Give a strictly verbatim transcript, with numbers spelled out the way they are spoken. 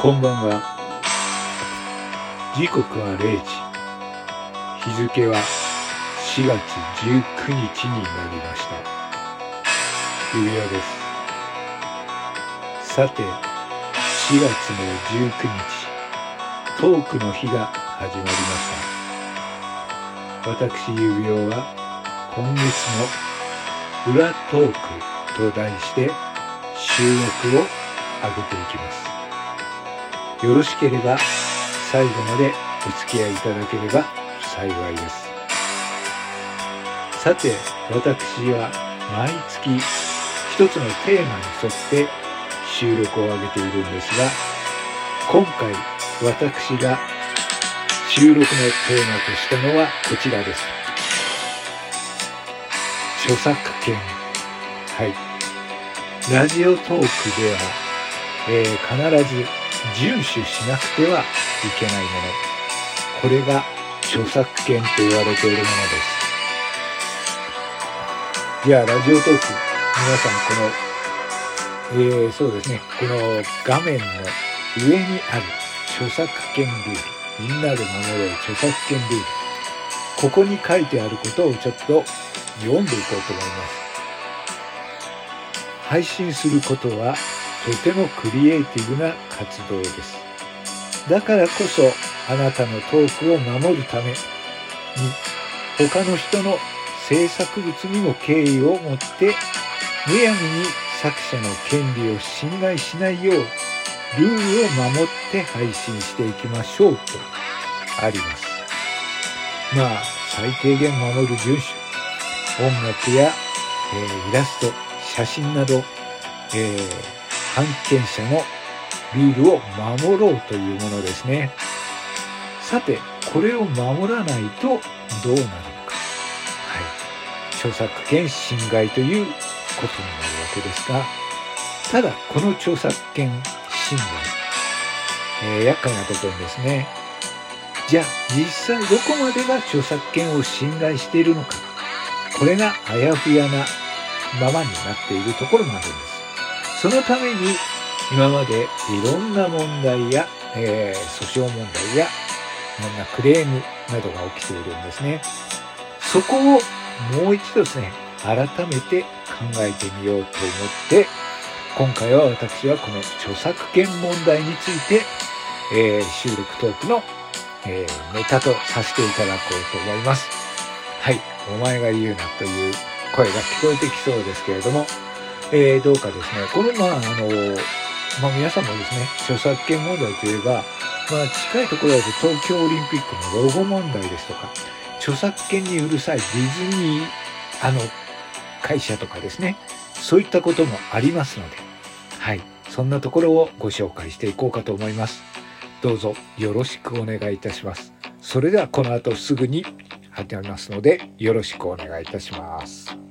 こんばんは。時刻はれいじ。日付はしがつじゅうくにちになりました。ゆうやです。さて、しがつのじゅうくにち、トークの日が始まりました。私、ゆうやは今月の裏トークと題して収録を上げていきます。よろしければ最後までお付き合いいただければ幸いです。さて、私は毎月一つのテーマに沿って収録を上げているんですが、今回私が収録のテーマとしたのはこちらです。著作権。はい。ラジオトークでは、えー、必ず遵守しなくてはいけないもの。これが著作権と言われているものです。じゃあ、ラジオトーク。皆さん、この、えー、そうですね。この画面の上にある著作権ルール。みんなで守ろう著作権ルール。ここに書いてあることをちょっと読んでいこうと思います。配信することはとてもクリエイティブな活動です。だからこそあなたのトークを守るために他の人の制作物にも敬意を持ってむやみに作者の権利を侵害しないようルールを守って配信していきましょうとあります。まあ最低限守る遵守、音楽や、えー、イラスト、写真など、えー、版権者のルールを守ろうというものですね。さて、これを守らないとどうなるのか。はい。著作権侵害ということになるわけですが、ただこの著作権侵害、えー、厄介なところですね。じゃあ実際どこまでが著作権を侵害しているのか。これがあやふやなままになっているところもあるんです。そのために今までいろんな問題や、えー、訴訟問題やいろんなクレームなどが起きているんですね。そこをもう一度ですね、改めて考えてみようと思って、今回は私はこの著作権問題について、えー、収録トークの、えー、ネタとさせていただこうと思います。はい、お前が言うなという声が聞こえてきそうですけれども、えー、どうかですね、このまああのまあ皆さんもですね、著作権問題といえば、まあ近いところだと東京オリンピックのロゴ問題ですとか、著作権にうるさいディズニーあの会社とかですね、そういったこともありますので、はい、そんなところをご紹介していこうかと思います。どうぞよろしくお願いいたします。それではこの後すぐに始めますので、よろしくお願いいたします。